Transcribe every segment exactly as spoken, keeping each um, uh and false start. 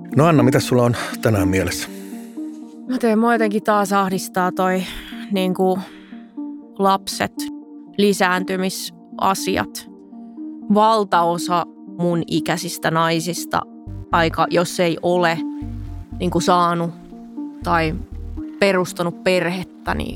No Anna, mitä sulla on tänään mielessä? Mä teen, mua jotenkin taas ahdistaa toi niin kuin lapset, lisääntymisasiat. Valtaosa mun ikäisistä naisista, aika, jos ei ole niin kuin saanut tai perustanut perhettä, niin,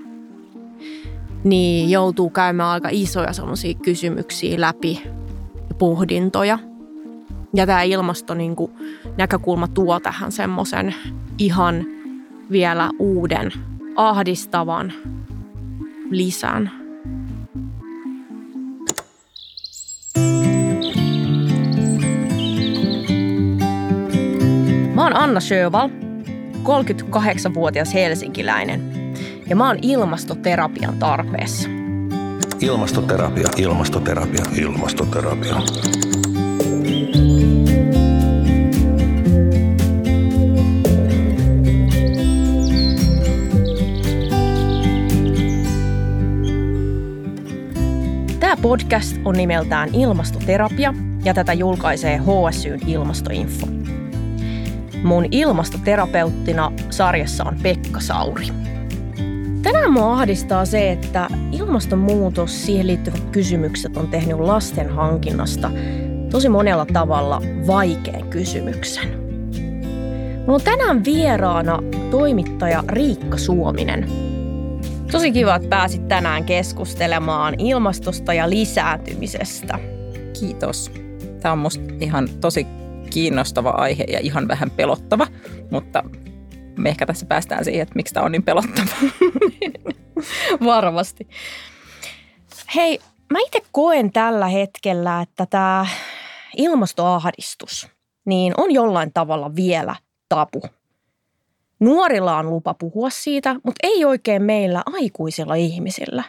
niin joutuu käymään aika isoja semmoisia kysymyksiä läpi ja pohdintoja. Ja tämä ilmasto niin kuin, näkökulma tuo tähän semmoisen ihan vielä uuden, ahdistavan lisän. Mä oon Anna Sjöwall, kolmekymmentäkahdeksanvuotias helsinkiläinen, ja mä oon ilmastoterapian tarpeessa. Ilmastoterapia, ilmastoterapia, ilmastoterapia. Tämä podcast on nimeltään Ilmastoterapia ja tätä julkaisee H S Y:n Ilmastoinfo. Mun ilmastoterapeuttina sarjassa on Pekka Sauri. Tänään mua ahdistaa se, että ilmastonmuutos, siihen liittyvät kysymykset on tehnyt lasten hankinnasta tosi monella tavalla vaikean kysymyksen. Mulla on tänään vieraana toimittaja Riikka Suominen. Tosi kiva, että pääsit tänään keskustelemaan ilmastosta ja lisääntymisestä. Kiitos. Tämä on musta ihan tosi kiinnostava aihe ja ihan vähän pelottava, mutta me ehkä tässä päästään siihen, että miksi tämä on niin pelottava. Varmasti. Hei, mä itse koen tällä hetkellä, että tämä ilmastoahdistus niin on jollain tavalla vielä tabu. Nuorilla on lupa puhua siitä, mutta ei oikein meillä aikuisilla ihmisillä.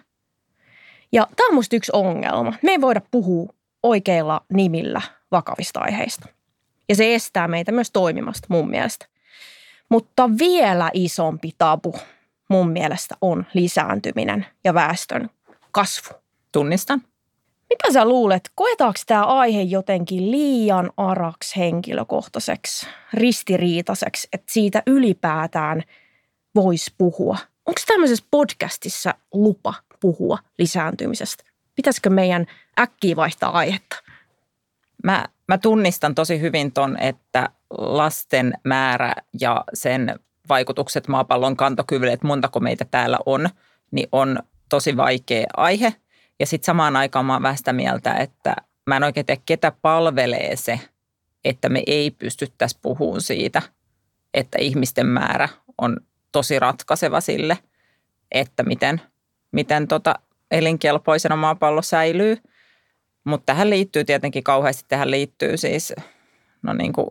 Ja tämä on musta yksi ongelma. Me ei voida puhua oikeilla nimillä vakavista aiheista. Ja se estää meitä myös toimimasta mun mielestä. Mutta vielä isompi tabu mun mielestä on lisääntyminen ja väestön kasvu. Tunnistan. Mitä sä luulet, koetaanko tämä aihe jotenkin liian araksi henkilökohtaiseksi, ristiriitaiseksi, että siitä ylipäätään voisi puhua? Onko tämmöisessä podcastissa lupa puhua lisääntymisestä? Pitäisikö meidän äkkiä vaihtaa aihetta? Mä, mä tunnistan tosi hyvin ton, että lasten määrä ja sen vaikutukset maapallon kantokyvylle, että montako meitä täällä on, niin on tosi vaikea aihe. Ja sitten samaan aikaan mä oon vähän sitä mieltä, että mä en oikein tiedä, ketä palvelee se, että me ei pystyttäisi puhumaan siitä, että ihmisten määrä on tosi ratkaiseva sille, että miten, miten tota elinkelpoisena maapallo säilyy. Mutta tähän liittyy tietenkin kauheasti, tähän liittyy siis no niin kuin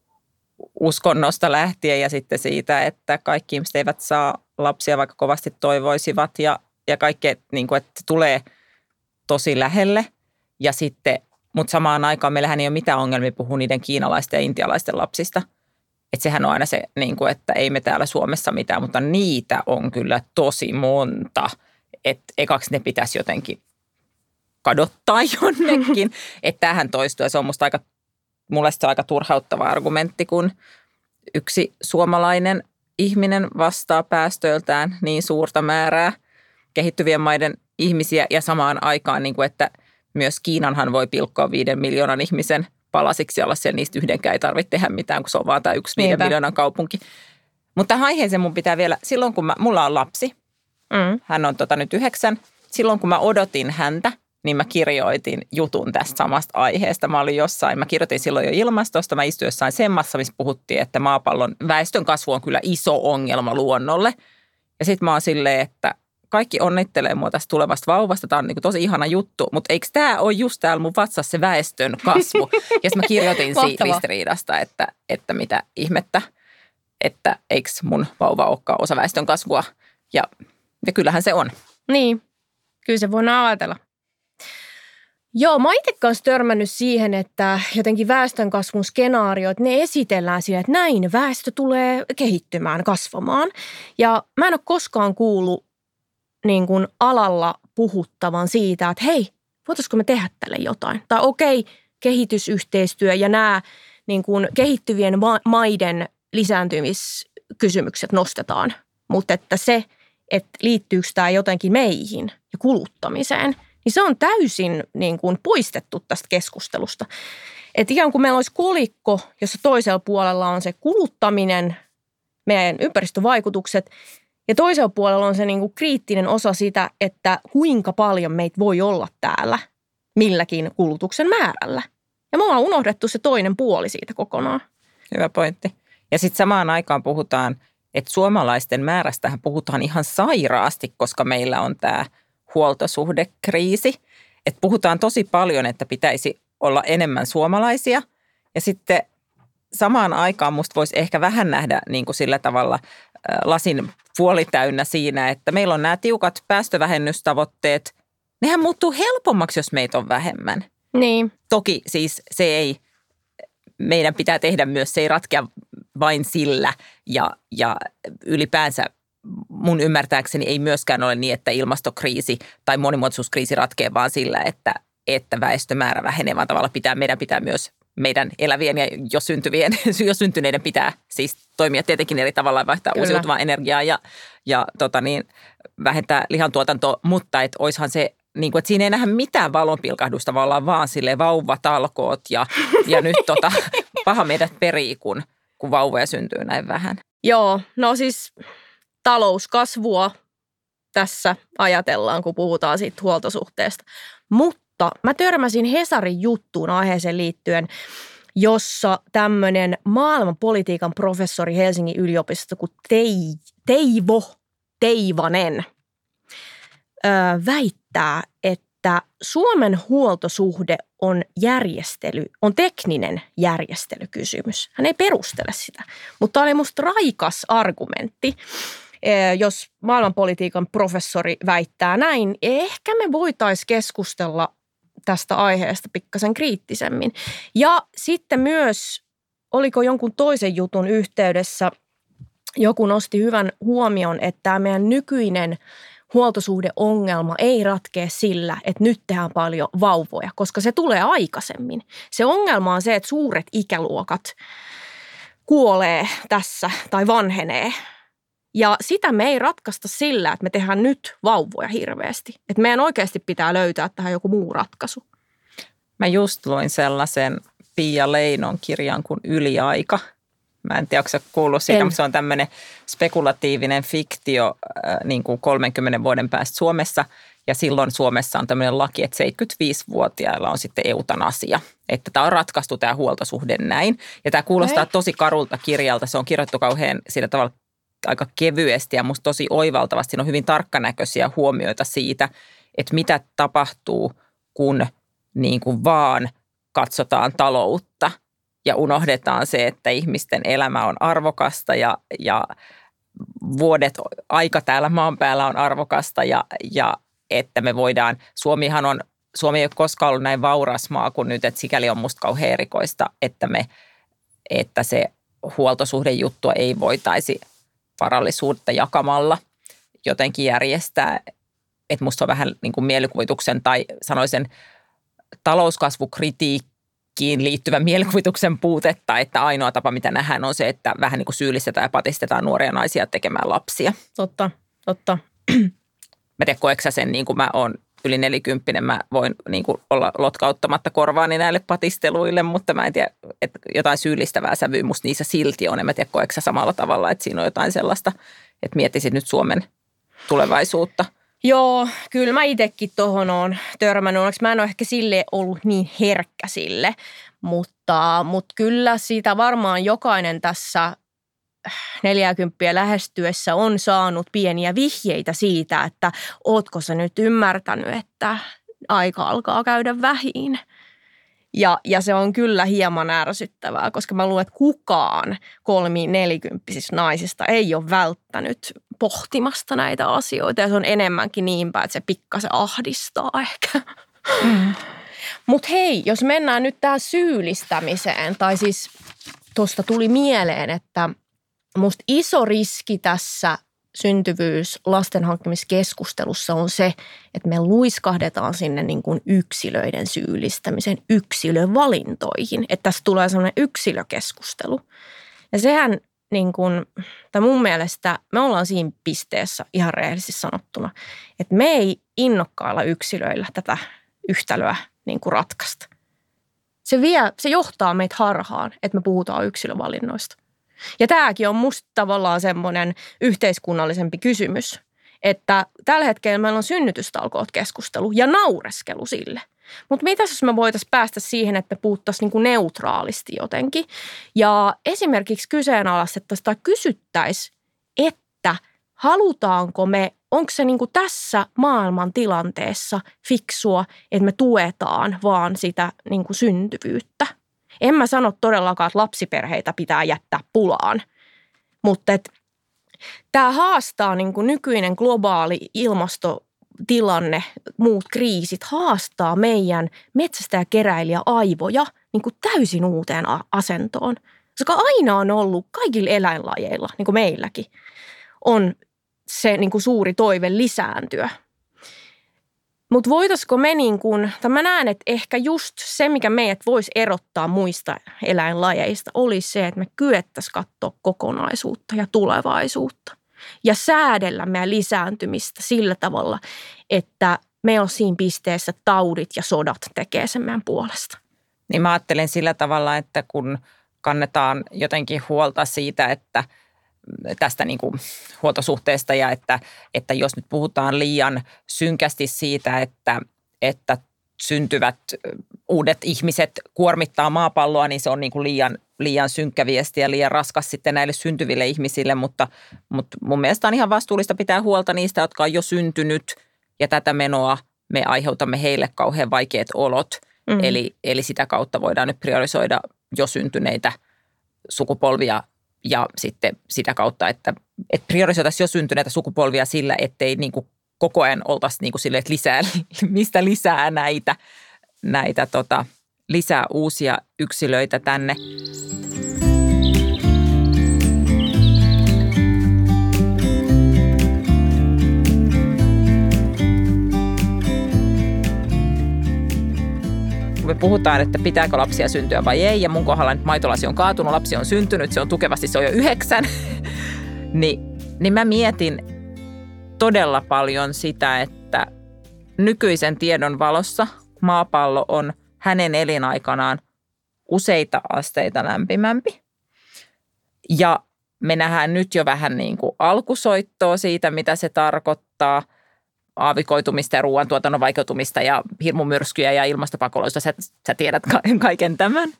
uskonnosta lähtien ja sitten siitä, että kaikki ihmiset eivät saa lapsia, vaikka kovasti toivoisivat ja, ja kaikkea, niin kuin, että tulee tosi lähelle. Ja sitten, mutta samaan aikaan meillähän ei ole mitään ongelmia puhua niiden kiinalaisten ja intialaisten lapsista. Että sehän on aina se, niin kuin, että ei me täällä Suomessa mitään, mutta niitä on kyllä tosi monta. Että ekaksi ne pitäisi jotenkin kadottaa jonnekin. Että tämähän toistuu ja se on musta aika, mulle se on aika turhauttava argumentti, kun yksi suomalainen ihminen vastaa päästöiltään niin suurta määrää kehittyvien maiden ihmisiä ja samaan aikaan, niin kuin, että myös Kiinanhan voi pilkkoa viiden miljoonan ihmisen palasiksi ja olla siellä niistä yhdenkään ei tarvitse tehdä mitään, kun se on vaan tämä yksi viiden miljoonan kaupunki. Mutta tähän aiheeseen mun pitää vielä, silloin kun mä, mulla on lapsi, mm. hän on tota nyt yhdeksän, silloin kun mä odotin häntä, niin mä kirjoitin jutun tästä samasta aiheesta. Mä olin jossain, mä kirjoitin silloin jo ilmastosta, mä istuin jossain semmassa, missä puhuttiin, että maapallon väestön kasvu on kyllä iso ongelma luonnolle. Ja sitten mä oon silleen, että kaikki onnittelee mua tästä tulevasta vauvasta, tämä on niin kuin tosi ihana juttu, mutta eikö tämä ole just täällä mun vatsassa se väestön kasvu? Ja sitten mä kirjoitin siitä ristiriidasta, että, että mitä ihmettä, että eikö mun vauva olekaan osa väestön kasvua. Ja, ja kyllähän se on. Niin, kyllä se voidaan ajatella. Joo, mä oon itse kanssa törmännyt siihen, että jotenkin väestönkasvun skenaariot, ne esitellään sillä, että näin väestö tulee kehittymään, kasvamaan. Ja mä en ole koskaan kuullut niin kuin alalla puhuttavan siitä, että hei, voitaisiko me tehdä tälle jotain? Tai okei, kehitysyhteistyö ja nämä niin kuin kehittyvien ma- maiden lisääntymiskysymykset nostetaan, mutta että se, että liittyykö tämä jotenkin meihin ja kuluttamiseen, niin se on täysin niin kuin poistettu tästä keskustelusta. Että ikään kuin meillä olisi kolikko, jossa toisella puolella on se kuluttaminen, meidän ympäristövaikutukset, ja toisella puolella on se niin kuin kriittinen osa sitä, että kuinka paljon meitä voi olla täällä milläkin kulutuksen määrällä. Ja me ollaan unohdettu se toinen puoli siitä kokonaan. Hyvä pointti. Ja sitten samaan aikaan puhutaan, että suomalaisten määrästähän puhutaan ihan sairaasti, koska meillä on tämä huoltosuhdekriisi. Että puhutaan tosi paljon, että pitäisi olla enemmän suomalaisia. Ja sitten samaan aikaan musta voisi ehkä vähän nähdä niin kuin sillä tavalla lasin puoli täynnä siinä, että meillä on nämä tiukat päästövähennystavoitteet. Nehän muuttuu helpommaksi, jos meitä on vähemmän. Niin. Toki siis se ei, meidän pitää tehdä myös, se ei ratkea vain sillä ja, ja ylipäänsä mun ymmärtääkseni ei myöskään ole niin, että ilmastokriisi tai monimuotoisuuskriisi ratkeaa vaan sillä, että, että väestömäärä vähenee, vaan tavalla pitää, meidän pitää myös meidän elävien ja jo syntyvien, jo syntyneiden pitää siis toimia tietenkin eri tavalla, vaihtaa Kyllä. uusiutuvaa energiaa ja, ja tota niin, vähentää lihantuotantoa, mutta et oishan se, niin kuin, että siinä ei nähdä mitään valonpilkahdusta, vaan ollaan vaan silleen vauvatalkoot ja, ja nyt tota, paha meidät perii, kun, kun vauvoja syntyy näin vähän. Joo, no siis talouskasvua tässä ajatellaan, kun puhutaan siitä huoltosuhteesta, mutta mä törmäsin Hesarin juttuun aiheeseen liittyen, jossa tämmöinen maailmanpolitiikan professori Helsingin yliopistosta kuin Teivo Teivanen öö, väittää, että Suomen huoltosuhde on järjestely, on tekninen järjestelykysymys. Hän ei perustele sitä, mutta tämä oli musta raikas argumentti. Jos maailmanpolitiikan professori väittää näin, ehkä me voitaisiin keskustella tästä aiheesta pikkasen kriittisemmin. Ja sitten myös, oliko jonkun toisen jutun yhteydessä, joku nosti hyvän huomion, että tämä meidän nykyinen huoltosuhdeongelma ei ratkea sillä, että nyt tehdään paljon vauvoja, koska se tulee aikaisemmin. Se ongelma on se, että suuret ikäluokat kuolee tässä tai vanhenee. Ja sitä me ei ratkaista sillä, että me tehdään nyt vauvoja hirveästi. Että meidän oikeasti pitää löytää tähän joku muu ratkaisu. Mä just luin sellaisen Pia Leinon kirjan kuin Yliaika. Mä en tiedä, onko sä kuullut siitä, mutta se on tämmöinen spekulatiivinen fiktio äh, niin kuin kolmenkymmenen vuoden päästä Suomessa. Ja silloin Suomessa on tämmöinen laki, että seitsemänkymmentäviisivuotiailla on sitten eutanasia. Että tämä on ratkaistu tämä huoltosuhde näin. Ja tämä kuulostaa Ei. tosi karulta kirjalta. Se on kirjoittu kauhean sillä tavalla aika kevyesti ja musta tosi oivaltavasti. Siinä on hyvin tarkkanäköisiä huomioita siitä, että mitä tapahtuu, kun niin kuin vaan katsotaan taloutta ja unohdetaan se, että ihmisten elämä on arvokasta ja, ja vuodet, aika täällä maan päällä on arvokasta ja, ja että me voidaan, Suomihan on, Suomi ei ole koskaan ollut näin vauras maa kuin nyt, että sikäli on musta kauhean erikoista, että, me, että se huoltosuhdejuttua ei voitaisi varallisuutta jakamalla jotenkin järjestää. Että musta on vähän niin kuin mielikuvituksen tai sanoisin talouskasvukritiikkiin liittyvän mielikuvituksen puutetta, että ainoa tapa, mitä nähdään, on se, että vähän niin kuin syyllistetään ja patistetaan nuoria naisia tekemään lapsia. Totta, totta. Mä tiedän, koetko sä sen, niin kuin mä oon yli nelikymppinen, mä voin niin kuin olla lotkauttamatta korvaani näille patisteluille, mutta mä en tiedä, että jotain syyllistävää sävyä musta niissä silti on. En mä tiedä, koetko sä samalla tavalla, että siinä on jotain sellaista, että miettisit nyt Suomen tulevaisuutta. Joo, kyllä mä itsekin tohon oon törmännyt. Onneksi mä en ole ehkä sille ollut niin herkkä sille, mutta, mutta kyllä siitä varmaan jokainen tässä neljäkymppiä lähestyessä on saanut pieniä vihjeitä siitä, että ootko sä nyt ymmärtänyt, että aika alkaa käydä vähiin. Ja, ja se on kyllä hieman ärsyttävää, koska mä luulen, että kukaan kolmiin nelikymppisissä naisista ei ole välttänyt pohtimasta näitä asioita. Ja se on enemmänkin niin päin, että se pikkasen ahdistaa ehkä. Mm. Mutta hei, jos mennään nyt tähän syyllistämiseen, tai siis tuosta tuli mieleen, että musta iso riski tässä syntyvyys lastenhankkimiskeskustelussa on se, että me luiskahdetaan sinne niin kuin yksilöiden syyllistämisen yksilövalintoihin. Että tässä tulee sellainen yksilökeskustelu. Ja sehän niin kuin, tai mun mielestä me ollaan siinä pisteessä ihan rehellisesti sanottuna, että me ei innokkailla yksilöillä tätä yhtälöä niin kuin ratkaista. Se, vie, se johtaa meitä harhaan, että me puhutaan yksilövalinnoista. Ja tämäkin on musta tavallaan semmoinen yhteiskunnallisempi kysymys, että tällä hetkellä meillä on synnytystalkoot keskustelu ja naureskelu sille. Mutta mitä jos me voitaisiin päästä siihen, että me puhuttaisiin niinku neutraalisti jotenkin ja esimerkiksi kyseenalaistettaisiin tai kysyttäisiin, että halutaanko me, onko se niinku tässä maailman tilanteessa fiksua, että me tuetaan vaan sitä niinku syntyvyyttä. En mä sano todellakaan, että lapsiperheitä pitää jättää pulaan, mutta tämä haastaa niin kuin nykyinen globaali ilmastotilanne, muut kriisit, haastaa meidän metsästäjäkeräilijä-aivoja niin kuin täysin uuteen asentoon. Koska aina on ollut kaikilla eläinlajeilla, niin kuin meilläkin, on se niin kuin suuri toive lisääntyä. Mutta voitaisiko me niin kuin, tai mä näen, että ehkä just se, mikä meidät voisi erottaa muista eläinlajeista, olisi se, että me kyettäisiin katsoa kokonaisuutta ja tulevaisuutta. Ja säädellä meidän lisääntymistä sillä tavalla, että me on siinä pisteessä taudit ja sodat tekee sen meidän puolesta. Niin mä ajattelen sillä tavalla, että kun kannetaan jotenkin huolta siitä, että tästä niin kuin huoltosuhteesta ja että, että jos nyt puhutaan liian synkästi siitä, että, että syntyvät uudet ihmiset kuormittaa maapalloa, niin se on niin kuin liian, liian synkkä viesti ja liian raskas sitten näille syntyville ihmisille, mutta, mutta mun mielestä on ihan vastuullista pitää huolta niistä, jotka on jo syntynyt ja tätä menoa me aiheutamme heille kauhean vaikeat olot. Mm-hmm. Eli, eli sitä kautta voidaan nyt priorisoida jo syntyneitä sukupolvia ja sitten sitä kautta, että, että priorisoitaisiin jo syntyneitä sukupolvia sillä, ettei niin kuin koko ajan oltaisi niin kuin silleen, että lisää, mistä lisää näitä, näitä tota, lisää uusia yksilöitä tänne. Me puhutaan, että pitääkö lapsia syntyä vai ei, ja mun kohdalla nyt maitolasi on kaatunut, lapsi on syntynyt, se on tukevasti, se on jo yhdeksän, Ni, niin mä mietin todella paljon sitä, että nykyisen tiedon valossa maapallo on hänen elinaikanaan useita asteita lämpimämpi. Ja me nähdään nyt jo vähän niin kuin alkusoittoa siitä, mitä se tarkoittaa, aavikoitumista ja ruoantuotannon vaikeutumista ja hirmumyrskyjä ja ilmastopakolaisuutta. Sä, sä tiedät kaiken tämän.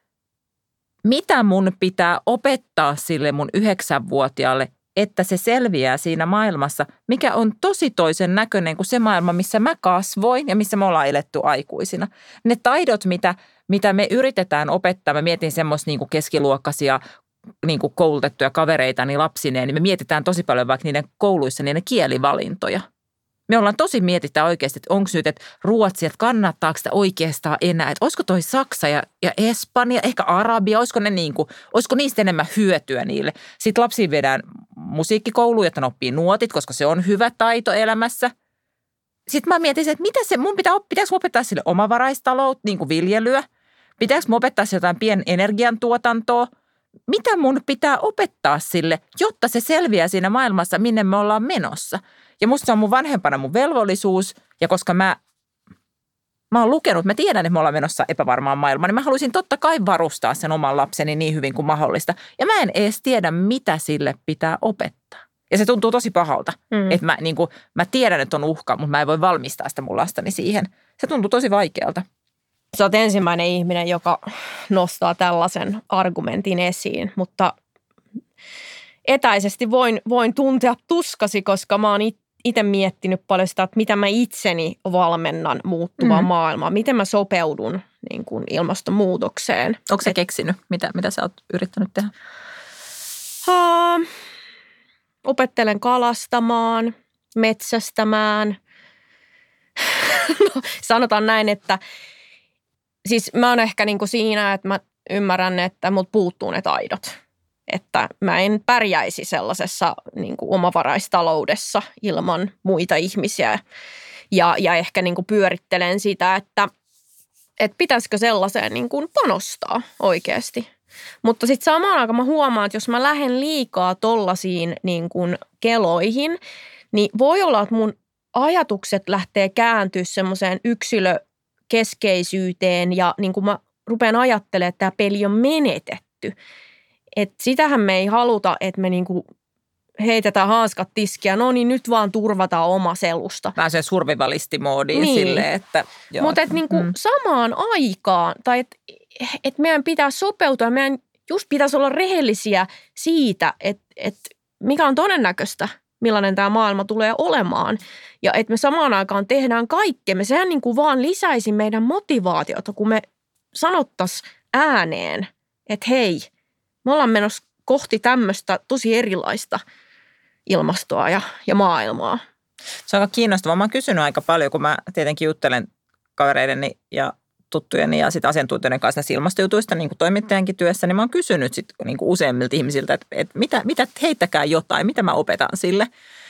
Mitä mun pitää opettaa sille mun yhdeksänvuotiaalle, että se selviää siinä maailmassa, mikä on tosi toisen näköinen kuin se maailma, missä mä kasvoin ja missä me ollaan eletty aikuisina. Ne taidot, mitä, mitä me yritetään opettaa, mä mietin semmoista niin kuin keskiluokkaisia niin kuin koulutettuja kavereita niin lapsineen, niin me mietitään tosi paljon vaikka niiden kouluissa niiden kielivalintoja. Me ollaan tosi mietitään oikeasti, että onko nyt, että Ruotsi, että kannattaako sitä oikeastaan enää, että olisiko toi Saksa ja, ja Espanja, ehkä Arabia, olisiko, ne niin kuin, olisiko niistä enemmän hyötyä niille. Sitten lapsiin viedään musiikkikouluun, jotta ne oppii nuotit, koska se on hyvä taito elämässä. Sitten mä mietin, että mitä se, mun pitää, pitääkö opettaa sille omavaraistaloutta, niin kuin viljelyä? Pitääkö mun opettaa sille jotain pien energiantuotantoa? Mitä mun pitää opettaa sille, jotta se selviää siinä maailmassa, minne me ollaan menossa? Ja musta se on mun vanhempana mun velvollisuus, ja koska mä, mä oon lukenut, mä tiedän, että me ollaan menossa epävarmaan maailmaan, niin mä haluaisin totta kai varustaa sen oman lapseni niin hyvin kuin mahdollista. Ja mä en edes tiedä, mitä sille pitää opettaa. Ja se tuntuu tosi pahalta, mm. että mä, niin kuin, mä tiedän, että on uhka, mutta mä en voi valmistaa sitä mun lastani siihen. Se tuntuu tosi vaikealta. Sä oot ensimmäinen ihminen, joka nostaa tällaisen argumentin esiin, mutta etäisesti voin, voin tuntea tuskasi, koska mä oon itse miettinyt paljon sitä, että mitä mä itseni valmennan muuttuvaan mm. maailmaan. Miten mä sopeudun niin kuin ilmastonmuutokseen. Onko se keksinyt? Mitä, mitä sä oot yrittänyt tehdä? Ha, opettelen kalastamaan, metsästämään. No, sanotaan näin, että siis mä oon ehkä niin kuin siinä, että mä ymmärrän, että mut puuttuu ne taidot. että mä en pärjäisi sellaisessa niin kuin omavaraistaloudessa ilman muita ihmisiä. Ja, ja ehkä niin kuin pyörittelen sitä, että, että pitäisikö sellaiseen niin kuin panostaa oikeasti. Mutta sitten samaan aikaan mä huomaan, että jos mä lähden liikaa tollaisiin niin kuin keloihin, niin voi olla, että mun ajatukset lähtee kääntyä semmoiseen yksilökeskeisyyteen ja niin kuin mä rupean ajattelemaan, että tämä peli on menetetty. Että sitähän me ei haluta, että me niin kuin heitetään hanskat tiskiä, no niin nyt vaan turvataan oma selusta. Vähän sen survivalistimodiin niin. Silleen, että mutta et niinku mm. samaan aikaan, tai että et meidän pitää sopeutua, meidän just pitäisi olla rehellisiä siitä, että et mikä on todennäköistä, millainen tämä maailma tulee olemaan. Ja että me samaan aikaan tehdään kaikkemme. Sehän niinku vaan lisäisi meidän motivaatiota, kun me sanottaisiin ääneen, että hei, me ollaan menossa kohti tämmöistä tosi erilaista ilmastoa ja, ja maailmaa. Se on aika kiinnostavaa. Mä oon kysynyt aika paljon, kun mä tietenkin juttelen kavereideni ja tuttujeni ja sit asiantuntijoiden kanssa näistä ilmastojutuista niin kuin toimittajankin työssä, niin mä oon kysynyt sit niin kuin useimmilta ihmisiltä, että, että mitä, mitä heittäkää jotain, mitä mä opetan sille.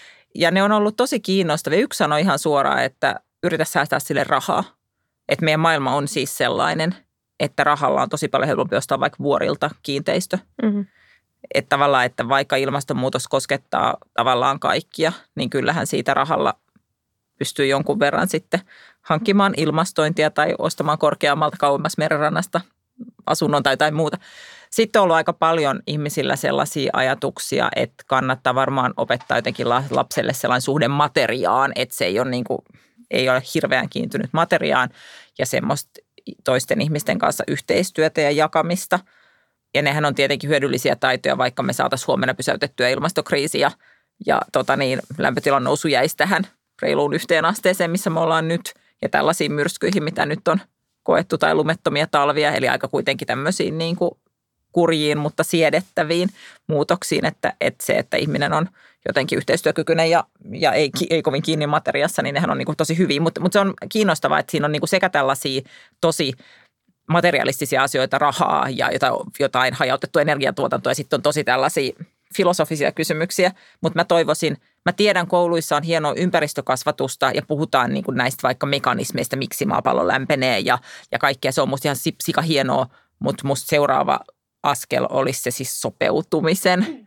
Ja ne on ollut tosi kiinnostavia. Yksi sanoi ihan suoraan, että yritä säästää sille rahaa. Että meidän maailma on siis sellainen, että rahalla on tosi paljon helpompi ostaa vaikka vuorilta kiinteistö. Mm-hmm. Että tavallaan, että vaikka ilmastonmuutos koskettaa tavallaan kaikkia, niin kyllähän siitä rahalla pystyy jonkun verran sitten hankkimaan ilmastointia tai ostamaan korkeammalta kauemmas merenrannasta asunnon tai jotain muuta. Sitten on ollut aika paljon ihmisillä sellaisia ajatuksia, että kannattaa varmaan opettaa jotenkin lapselle sellainen suhde materiaan, että se ei ole, niin kuin, ei ole hirveän kiintynyt materiaan ja semmoista toisten ihmisten kanssa yhteistyötä ja jakamista. Ja nehän on tietenkin hyödyllisiä taitoja, vaikka me saataisiin huomenna pysäytettyä ilmastokriisiä ja tota niin, lämpötilan nousu jäisi tähän reiluun yhteen asteeseen, missä me ollaan nyt, ja tällaisiin myrskyihin, mitä nyt on koettu, tai lumettomia talvia, eli aika kuitenkin tämmöisiin niin kuin kurjiin, mutta siedettäviin muutoksiin, että, että se, että ihminen on jotenkin yhteistyökykyinen ja, ja ei, ei kovin kiinni materiassa, niin nehän on niin kuin tosi hyviä, mutta, mutta se on kiinnostavaa, että siinä on niin kuin sekä tällaisia tosi materialistisia asioita, rahaa ja jotain, jotain hajautettua energiantuotantoa, ja sitten on tosi tällaisia filosofisia kysymyksiä, mutta mä toivoisin, mä tiedän kouluissa on hienoa ympäristökasvatusta ja puhutaan niin kuin näistä vaikka mekanismeista, miksi maapallo lämpenee ja, ja kaikkea. Se on musta ihan sika hienoa, mutta musta seuraava askel olisi se siis sopeutumisen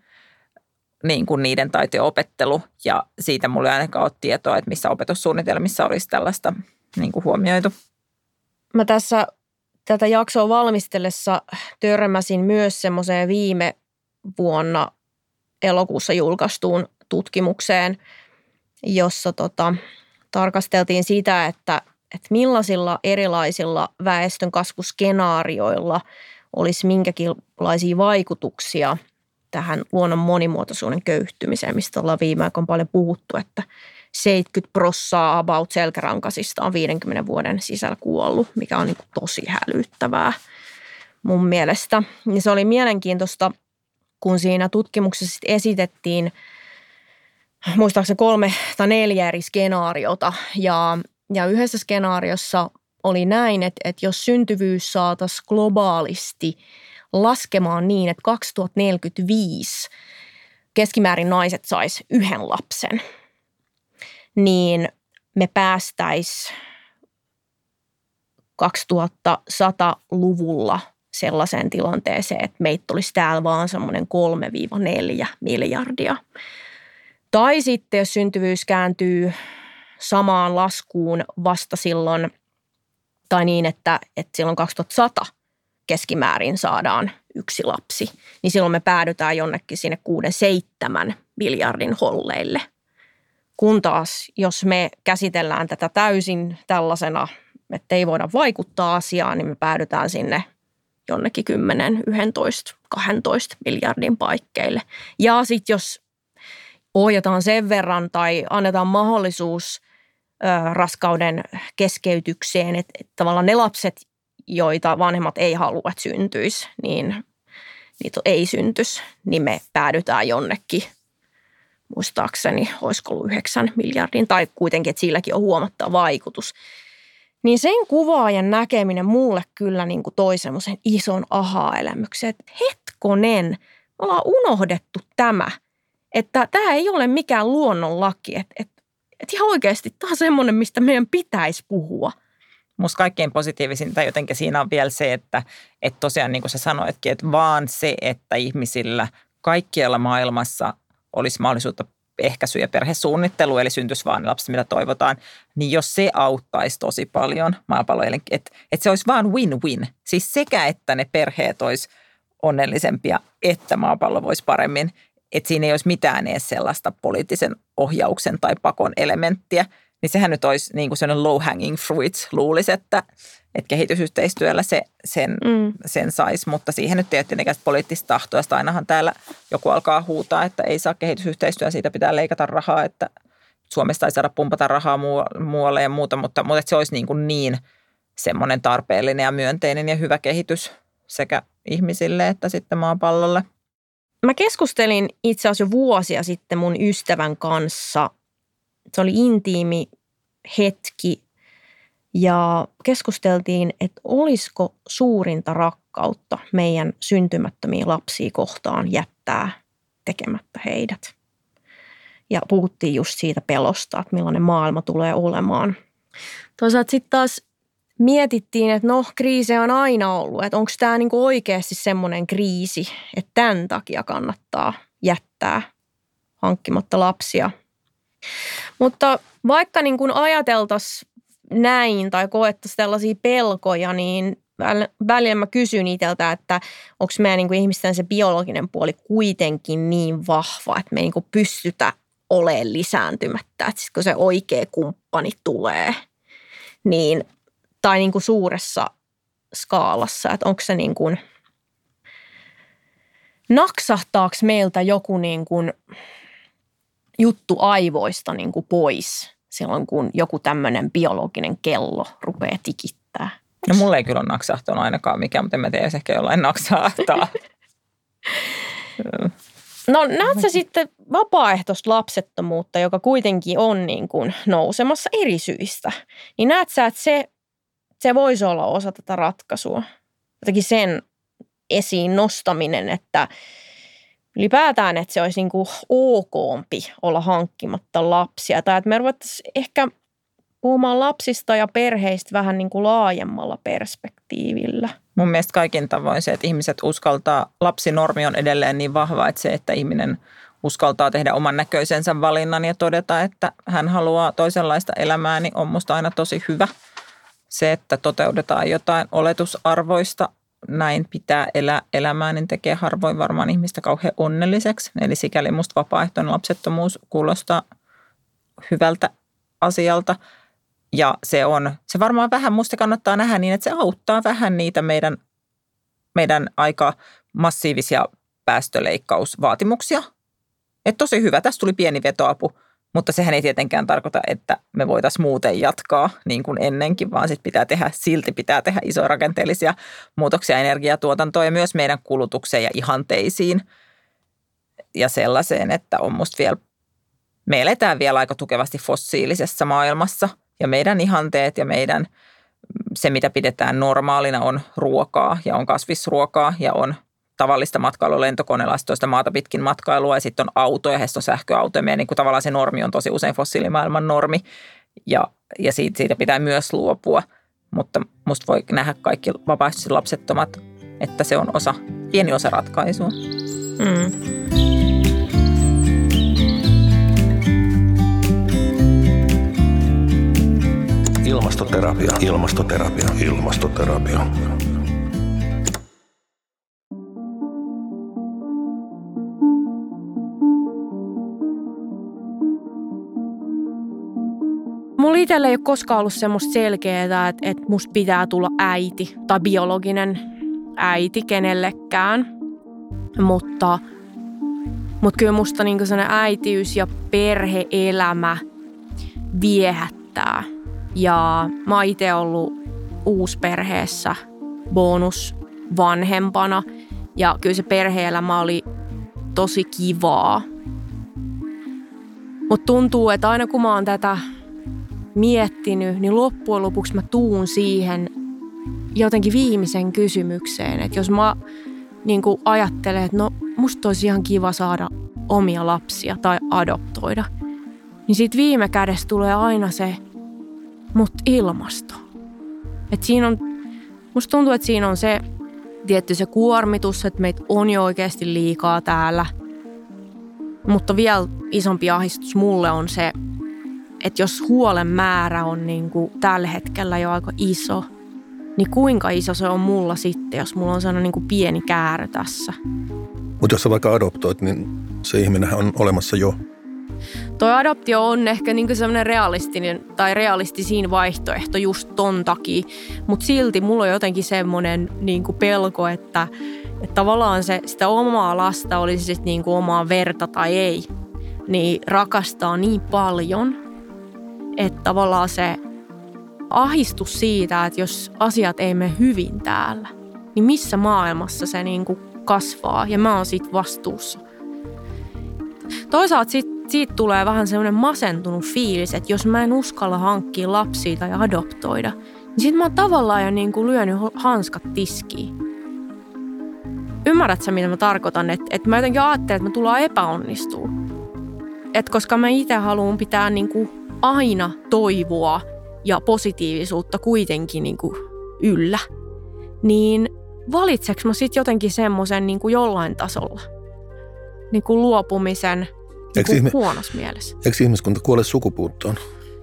niin kuin niiden taitojen opettelu ja siitä mulla ei ainakaan ole tietoa, että missä opetussuunnitelmissa olisi tällaista niin kuin huomioitu. Mä tässä tätä jaksoa valmistellessa törmäsin myös semmoiseen viime vuonna elokuussa julkaistuun tutkimukseen, jossa tota, tarkasteltiin sitä, että, että millaisilla erilaisilla väestön kasvuskenaarioilla olisi minkäkinlaisia vaikutuksia tähän luonnon monimuotoisuuden köyhtymiseen, mistä ollaan viime aikoina paljon puhuttu, että seitsemänkymmentä prosenttia about selkärankasista on viidenkymmenen vuoden sisällä kuollut, mikä on niin kuin tosi hälyttävää mun mielestä. Ja se oli mielenkiintoista, kun siinä tutkimuksessa esitettiin muistaakseni kolme tai neljä eri skenaariota. Ja, ja yhdessä skenaariossa oli näin, että, että jos syntyvyys saataisiin globaalisti laskemaan niin, että kaksituhattaneljäkymmentäviisi keskimäärin naiset sais yhden lapsen, niin me päästäisiin kaksituhattasataluvulla sellaiseen tilanteeseen, että meitä olisi täällä vaan semmoinen kolme neljä miljardia. Tai sitten, jos syntyvyys kääntyy samaan laskuun vasta silloin, tai niin, että, että silloin kaksituhattasata keskimäärin saadaan yksi lapsi, niin silloin me päädytään jonnekin sinne kuuden seitsemän miljardin holleille. Kun taas, jos me käsitellään tätä täysin tällaisena, että ei voida vaikuttaa asiaan, niin me päädytään sinne jonnekin kymmenen, yksitoista, kaksitoista miljardin paikkeille. Ja sitten jos ohjataan sen verran tai annetaan mahdollisuus ö, raskauden keskeytykseen, että, että tavallaan ne lapset, joita vanhemmat ei halua, että syntyisi, niin niitä ei syntyisi, niin me päädytään jonnekin, muistaakseni, olisiko ollut yhdeksän miljardin, tai kuitenkin, että silläkin on huomattava vaikutus. Niin sen kuvaajan näkeminen mulle kyllä niin kuin toi semmoisen ison aha-elämyksen, että hetkonen, me ollaan unohdettu tämä, että tämä ei ole mikään luonnonlaki. Että et, et ihan oikeasti tämä on semmoinen, mistä meidän pitäisi puhua. Musta kaikkein positiivisinta jotenkin siinä on vielä se, että, että tosiaan niin kuin sä sanoitkin, että vaan se, että ihmisillä kaikkialla maailmassa olisi mahdollisuutta ehkäisy- ja perhesuunnittelu, eli syntyisi vaan ne lapset, mitä toivotaan, niin jos se auttaisi tosi paljon maapalloille, että, että se olisi vaan win-win. Siis sekä, että ne perheet olisi onnellisempia, että maapallo voisi paremmin, että siinä ei olisi mitään edes sellaista poliittisen ohjauksen tai pakon elementtiä, niin sehän nyt olisi niin kuin sellainen low-hanging fruits, luulisi, että, että kehitysyhteistyöllä se, sen, mm. sen saisi, mutta siihen nyt ei ole tietenkään poliittista tahtoa. Sitä ainahan täällä joku alkaa huutaa, että ei saa kehitysyhteistyötä, siitä pitää leikata rahaa, että Suomesta ei saada pumpata rahaa muualle ja muuta, mutta, mutta että se olisi niin, kuin niin semmoinen tarpeellinen ja myönteinen ja hyvä kehitys sekä ihmisille että sitten maapallolle. Mä keskustelin itse asiassa jo vuosia sitten mun ystävän kanssa. Se oli intiimi hetki ja keskusteltiin, että olisiko suurinta rakkautta meidän syntymättömiä lapsia kohtaan jättää tekemättä heidät. Ja puhuttiin just siitä pelosta, että millainen maailma tulee olemaan. Toisaalta sitten taas mietittiin, että no kriisejä on aina ollut, että onko tämä niinku oikeasti semmoinen kriisi, että tämän takia kannattaa jättää hankkimatta lapsia. Mutta vaikka niin kuin ajateltaisiin näin tai koettaisiin tällaisia pelkoja, niin välillä mä kysyn itseltä, että onko meidän niin kuin ihmisten se biologinen puoli kuitenkin niin vahva, että me ei niin kuin pystytä olemaan lisääntymättä. Että kun se oikea kumppani tulee, niin, tai niin kuin suuressa skaalassa, että onko se niin kuin, naksahtaako meiltä joku niin kuin juttu aivoista niin kuin pois silloin, kun joku tämmöinen biologinen kello rupeaa tikittää. No mulla ei kyllä ole naksahtanut ainakaan mikään, mutta en mä tiedä, jos ehkä jollain naksahtaa. No näet sä sitten vapaaehtoista lapsettomuutta, joka kuitenkin on niin kuin nousemassa eri syistä. Niin näet sä, että se, se voisi olla osa tätä ratkaisua. Jotenkin sen esiin nostaminen, että ylipäätään, että se olisi niin kuin okompi olla hankkimatta lapsia. Tai että me ruvettaisiin ehkä puhumaan lapsista ja perheistä vähän niin kuin laajemmalla perspektiivillä. Mun mielestä kaikin tavoin se, että ihmiset uskaltaa, lapsinormi on edelleen niin vahva, että se, että ihminen uskaltaa tehdä oman näköisensä valinnan ja todeta, että hän haluaa toisenlaista elämää, niin on musta aina tosi hyvä. Se, että toteutetaan jotain oletusarvoista, näin pitää elää elämää, niin tekee harvoin varmaan ihmistä kauhean onnelliseksi. Eli sikäli musta vapaaehtoinen lapsettomuus kuulostaa hyvältä asialta. Ja se on, se varmaan vähän musta kannattaa nähdä niin, että se auttaa vähän niitä meidän, meidän aika massiivisia päästöleikkausvaatimuksia. Että tosi hyvä, tässä tuli pieni vetoapu, mutta sehän ei tietenkään tarkoita, että me voitaisiin muuten jatkaa niin kuin ennenkin, vaan sit pitää tehdä, silti pitää tehdä isoja rakenteellisia muutoksia energiatuotantoon ja myös meidän kulutukseen ja ihanteisiin ja sellaiseen, että on musta vielä, me eletään vielä aika tukevasti fossiilisessa maailmassa ja meidän ihanteet ja meidän se, mitä pidetään normaalina, on ruokaa ja on kasvisruokaa ja on tavallista matkailua lentokoneella, toista maata pitkin matkailua ja sitten on autoja, ja sitten on sähköautoja. Meidän niin kuin tavallaan se normi on tosi usein fossiilimaailman normi ja, ja siitä, siitä pitää myös luopua. Mutta musta voi nähdä kaikki vapaaehtoiset lapsettomat, että se on osa, pieni osa ratkaisua. Mm. Ilmastoterapia, ilmastoterapia, ilmastoterapia. Mulla itsellä ei ole koskaan ollut semmoista selkeää, että, että musta pitää tulla äiti tai biologinen äiti kenellekään. Mutta, mutta kyllä musta niinku sellainen äitiys ja perhe-elämä viehättää. Ja mä oon itse ollut uusperheessä bonusvanhempana ja kyllä se perhe-elämä oli tosi kivaa. Mutta tuntuu, että aina kun mä oon tätä miettinyt, niin loppujen lopuksi mä tuun siihen jotenkin viimeisen kysymykseen, että jos mä niin kuin ajattelee, että no musta olisi ihan kiva saada omia lapsia tai adoptoida, niin sitten viime kädessä tulee aina se, mut ilmasto. Että siinä on, musta tuntuu, että siinä on se tietty se kuormitus, että meitä on jo oikeasti liikaa täällä. Mutta vielä isompi ahdistus mulle on se, että jos huolen määrä on niin kuin tällä hetkellä jo aika iso, niin kuinka iso se on mulla sitten, jos mulla on sellainen niin kuin pieni käärö tässä. Mutta jos sä vaikka adoptoit, niin se ihminenhän on olemassa jo. Toi adoptio on ehkä niin kuin sellainen realistinen tai realistisin vaihtoehto just ton takia, mutta silti mulla on jotenkin semmoinen niin kuin pelko, että, että tavallaan se, sitä omaa lasta, olisi sitten niin kuin omaa verta tai ei, niin rakastaa niin paljon, että tavallaan se ahdistus siitä, että jos asiat ei mene hyvin täällä, niin missä maailmassa se niin kuin kasvaa ja mä oon siitä vastuussa. Toisaalta sit, siitä tulee vähän semmoinen masentunut fiilis, että jos mä en uskalla hankkia lapsia tai adoptoida, niin sit mä oon tavallaan jo niin kuin lyönyt hanskat tiskiin. Ymmärrätkö, mitä mä tarkoitan? Että, että mä jotenkin ajattelen, että mä tullaan epäonnistumaan. Että koska mä itse haluan pitää niin kuin aina toivoa ja positiivisuutta kuitenkin niin kuin yllä, niin valitseks mä sit jotenkin semmoisen niin kuin jollain tasolla niin kuin luopumisen niin kuin ihme, huonossa mielessä? Eikö ihmiskunta kuole sukupuuttoon,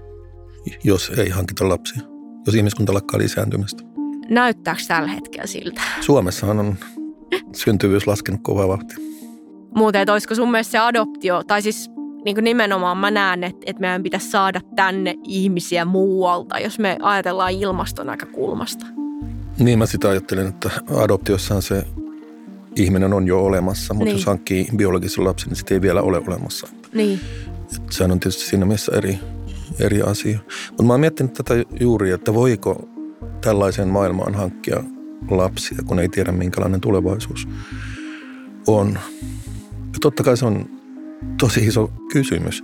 jos ei hankita lapsia? Jos ihmiskunta lakkaa lisääntymästä? Näyttääkö tällä hetkellä siltä? Suomessahan on syntyvyys laskenut kovaa vauhtia. Muuten, että olisiko sun mielestä se adoptio, tai siis niin kuin nimenomaan mä näen, että, että meidän pitäisi saada tänne ihmisiä muualta, jos me ajatellaan ilmaston näkökulmasta. Niin mä sitä ajattelen, että adoptiossahan se ihminen on jo olemassa, mutta niin. Jos hankkii biologisen lapsen, niin sitä ei vielä ole olemassa. Niin. Että sehän on tietysti siinä mielessä eri, eri asia. Mutta mä oon miettinyt tätä juuri, että voiko tällaiseen maailmaan hankkia lapsia, kun ei tiedä minkälainen tulevaisuus on. Ja totta kai se on tosi iso kysymys.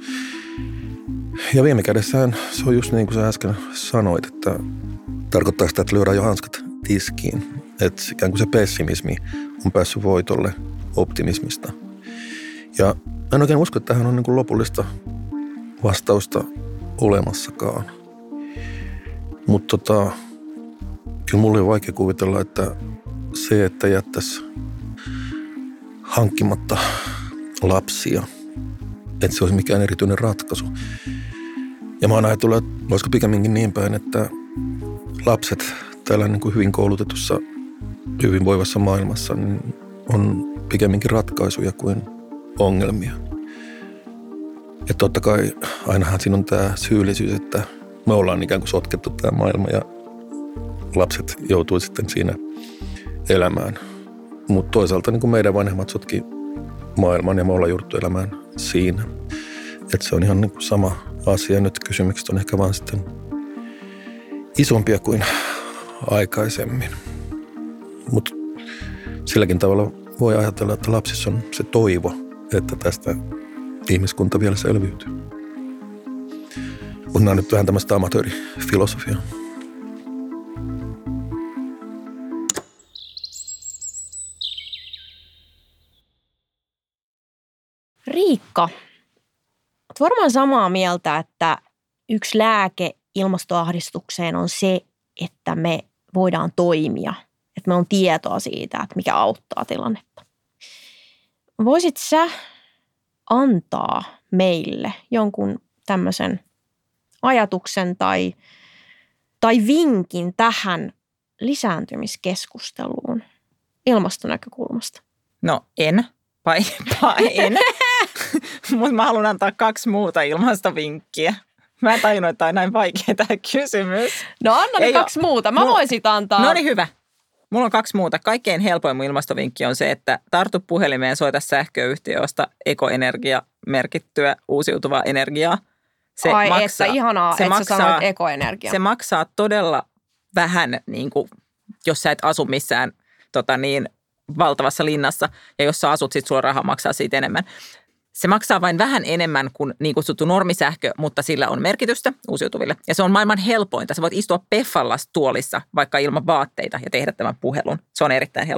Ja viime kädessään se on just niin kuin sä äsken sanoit, että tarkoittaa sitä, että lyödään jo hanskat tiskiin. Että ikään kuin se pessimismi on päässyt voitolle optimismista. Ja en oikein usko, että tähän on niin kuin lopullista vastausta olemassakaan. Mutta tota, kyllä mulle on vaikea kuvitella, että se, että jättäisi hankkimatta lapsia, että se olisi mikään erityinen ratkaisu. Ja mä oon ajatellut, että olisiko pikemminkin niin päin, että lapset täällä niin kuin hyvin koulutetussa, hyvin voivassa maailmassa niin on pikemminkin ratkaisuja kuin ongelmia. Ja totta kai ainahan siinä on tämä syyllisyys, että me ollaan ikään kuin sotkettu tämä maailma ja lapset joutuu sitten siinä elämään. Mutta toisaalta niin kuin meidän vanhemmat sotki maailman ja me ollaan jouduttu elämään siinä. Että se on ihan niin kuin sama asia. Nyt kysymykset on ehkä vaan sitten isompia kuin aikaisemmin. Mutta silläkin tavalla voi ajatella, että lapsissa on se toivo, että tästä ihmiskunta vielä selviytyy. Mutta nämä on nyt vähän tämmöistä amatöörifilosofiaa. Riikka, olet varmaan samaa mieltä, että yksi lääke ilmastoahdistukseen on se, että me voidaan toimia. Että me on tietoa siitä, että mikä auttaa tilannetta. Voisit sä antaa meille jonkun tämmöisen ajatuksen tai, tai vinkin tähän lisääntymiskeskusteluun ilmastonäkökulmasta? No en, vai, vai en. Mutta mä haluan antaa kaksi muuta ilmastovinkkiä. Mä en tajunnut, että on näin vaikea tämä kysymys. No anna ne kaksi ole. muuta. Mä Mulla... voisin antaa. No niin hyvä. Mulla on kaksi muuta. Kaikkein helpoin mun ilmastovinkki on se, että tartu puhelimeen, soita sähköyhtiö, osta ekoenergia merkittyä uusiutuvaa energiaa. Se Ai maksaa, että ihanaa, se että maksaa, sä sanoit ekoenergia. Se maksaa todella vähän, niin kuin, jos sä et asu missään tota niin, valtavassa linnassa. Ja jos sä asut, sit sulla rahaa maksaa siitä enemmän. Se maksaa vain vähän enemmän kuin niin kutsuttu normisähkö, mutta sillä on merkitystä uusiutuville. Ja se on maailman helpointa. Sä voit istua peffallas tuolissa vaikka ilman vaatteita ja tehdä tämän puhelun. Se on erittäin helppoa.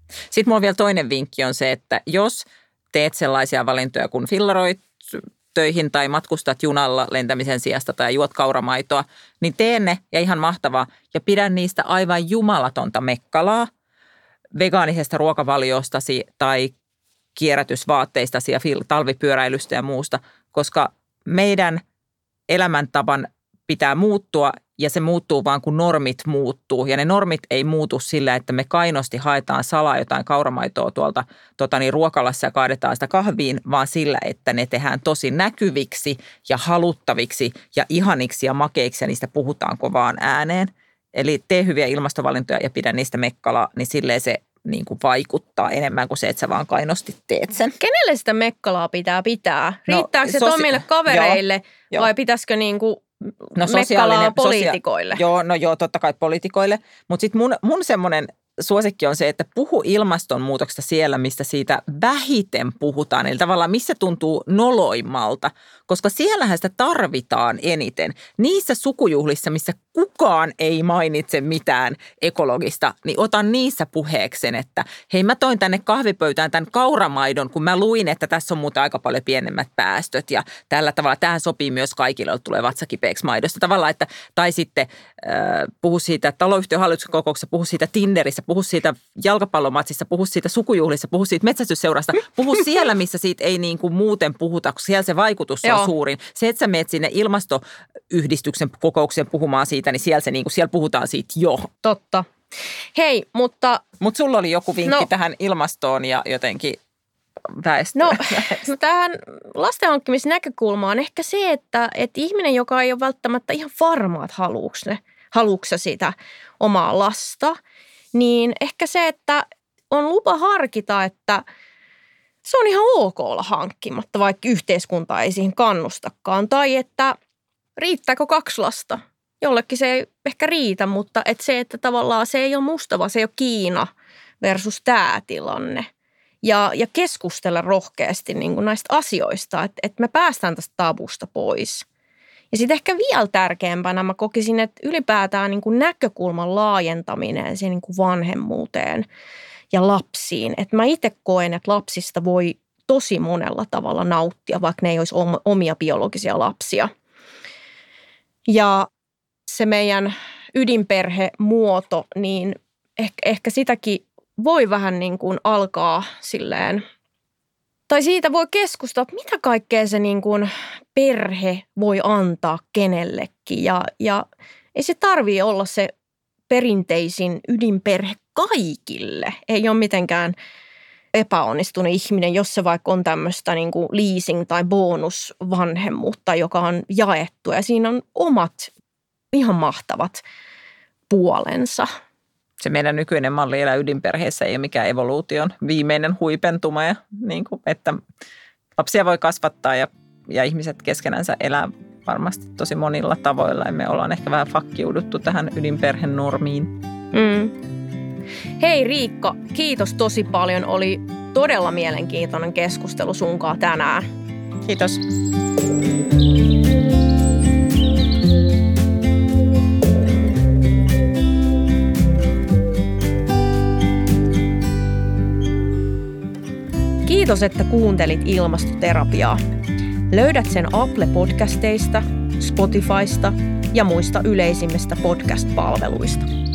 Sitten mulla on vielä toinen vinkki on se, että jos teet sellaisia valintoja, kun fillaroit töihin tai matkustat junalla lentämisen sijasta tai juot kauramaitoa, niin tee ne ja ihan mahtavaa ja pidä niistä aivan jumalatonta mekkalaa vegaanisesta ruokavaliostasi tai kierrätysvaatteistasi ja talvipyöräilystä ja muusta, koska meidän elämäntavan pitää muuttua ja se muuttuu vaan kun normit muuttuu. Ja ne normit ei muutu sillä, että me kainosti haetaan salaa jotain kauramaitoa tuolta tota niin, ruokalassa ja kaadetaan sitä kahviin, vaan sillä, että ne tehdään tosi näkyviksi ja haluttaviksi ja ihaniksi ja makeiksi ja niistä puhutaan kovaan ääneen. Eli tee hyviä ilmastovalintoja ja pidä niistä mekkalaa, niin silleen se niin kuin vaikuttaa enemmän kuin se, että sä vaan kainosti teet sen. Kenelle sitä mekkalaa pitää pitää? Riittääkö no, se sosia- omille kavereille joo, vai jo. pitäisikö niin kuin no, mekkalaa poliitikoille? Sosia- joo, no joo, totta kai poliitikoille. Mutta sitten mun, mun semmoinen suosikki on se, että puhu ilmastonmuutoksesta siellä, mistä siitä vähiten puhutaan. Eli tavallaan missä tuntuu noloimmalta, koska siellähän sitä tarvitaan eniten. Niissä sukujuhlissa, missä kukaan ei mainitse mitään ekologista, niin otan niissä puheeksi sen, että hei mä toin tänne kahvipöytään tämän kauramaidon, kun mä luin, että tässä on muuten aika paljon pienemmät päästöt ja tällä tavalla tähän sopii myös kaikille, joilla tulee vatsakipeäksi maidosta. Tavallaan, että, tai sitten äh, puhu siitä taloyhtiön hallituksen kokouksessa, puhu siitä Tinderissä, puhu siitä jalkapallomatsissa, puhu siitä sukujuhlissa, puhu siitä metsästysseurasta, puhu siellä, missä siitä ei niin kuin muuten puhuta, koska siellä se vaikutus on suurin. Se, että sä meet sinne ilmastoyhdistyksen kokoukseen puhumaan siitä, niin siellä, se, niin kuin, siellä puhutaan siitä jo. Totta. Hei, mutta... Mutta sulla oli joku vinkki no, tähän ilmastoon ja jotenkin väestöön. No, no tähän lasten hankkimisnäkökulmaan ehkä se, että, että ihminen, joka ei ole välttämättä ihan varma, että haluuks ne, haluuks sitä omaa lasta, niin ehkä se, että on lupa harkita, että se on ihan ok olla hankkimatta, vaikka yhteiskunta ei siihen kannustakaan. Tai että riittääkö kaksi lasta? Jollekin se ei ehkä riitä, mutta että se, että tavallaan se ei ole musta, vaan se ei ole Kiina versus tämä tilanne. Ja, ja keskustella rohkeasti niin kuin näistä asioista, että, että me päästään tästä tabusta pois. Ja sitten ehkä vielä tärkeämpänä mä kokisin, että ylipäätään niin kuin näkökulman laajentaminen siihen niin kuin vanhemmuuteen ja lapsiin. Että mä itse koen, että lapsista voi tosi monella tavalla nauttia, vaikka ne ei olisi omia biologisia lapsia. Ja se meidän ydinperhemuoto, niin ehkä, ehkä sitäkin voi vähän niin kuin alkaa silleen, tai siitä voi keskustella, että mitä kaikkea se niin kuin perhe voi antaa kenellekin. Ja, ja ei se tarvitse olla se perinteisin ydinperhe kaikille. Ei ole mitenkään epäonnistunut ihminen, jos se vaikka on tämmöistä niin kuin leasing- tai bonusvanhemmuutta, joka on jaettu. Ja siinä on omat ihan mahtavat puolensa. Se meidän nykyinen malli elää ydinperheessä ei ole mikään evoluution viimeinen huipentuma, ja niin kuin, että lapsia voi kasvattaa ja, ja ihmiset keskenänsä elää varmasti tosi monilla tavoilla. Ja me ollaan ehkä vähän fakkiuduttu tähän ydinperhenormiin. Mm. Hei Riikka, kiitos tosi paljon. Oli todella mielenkiintoinen keskustelu sunkaan tänään. Kiitos. Kiitos, että kuuntelit Ilmastoterapiaa. Löydät sen Apple-podcasteista, Spotifysta ja muista yleisimmistä podcast-palveluista.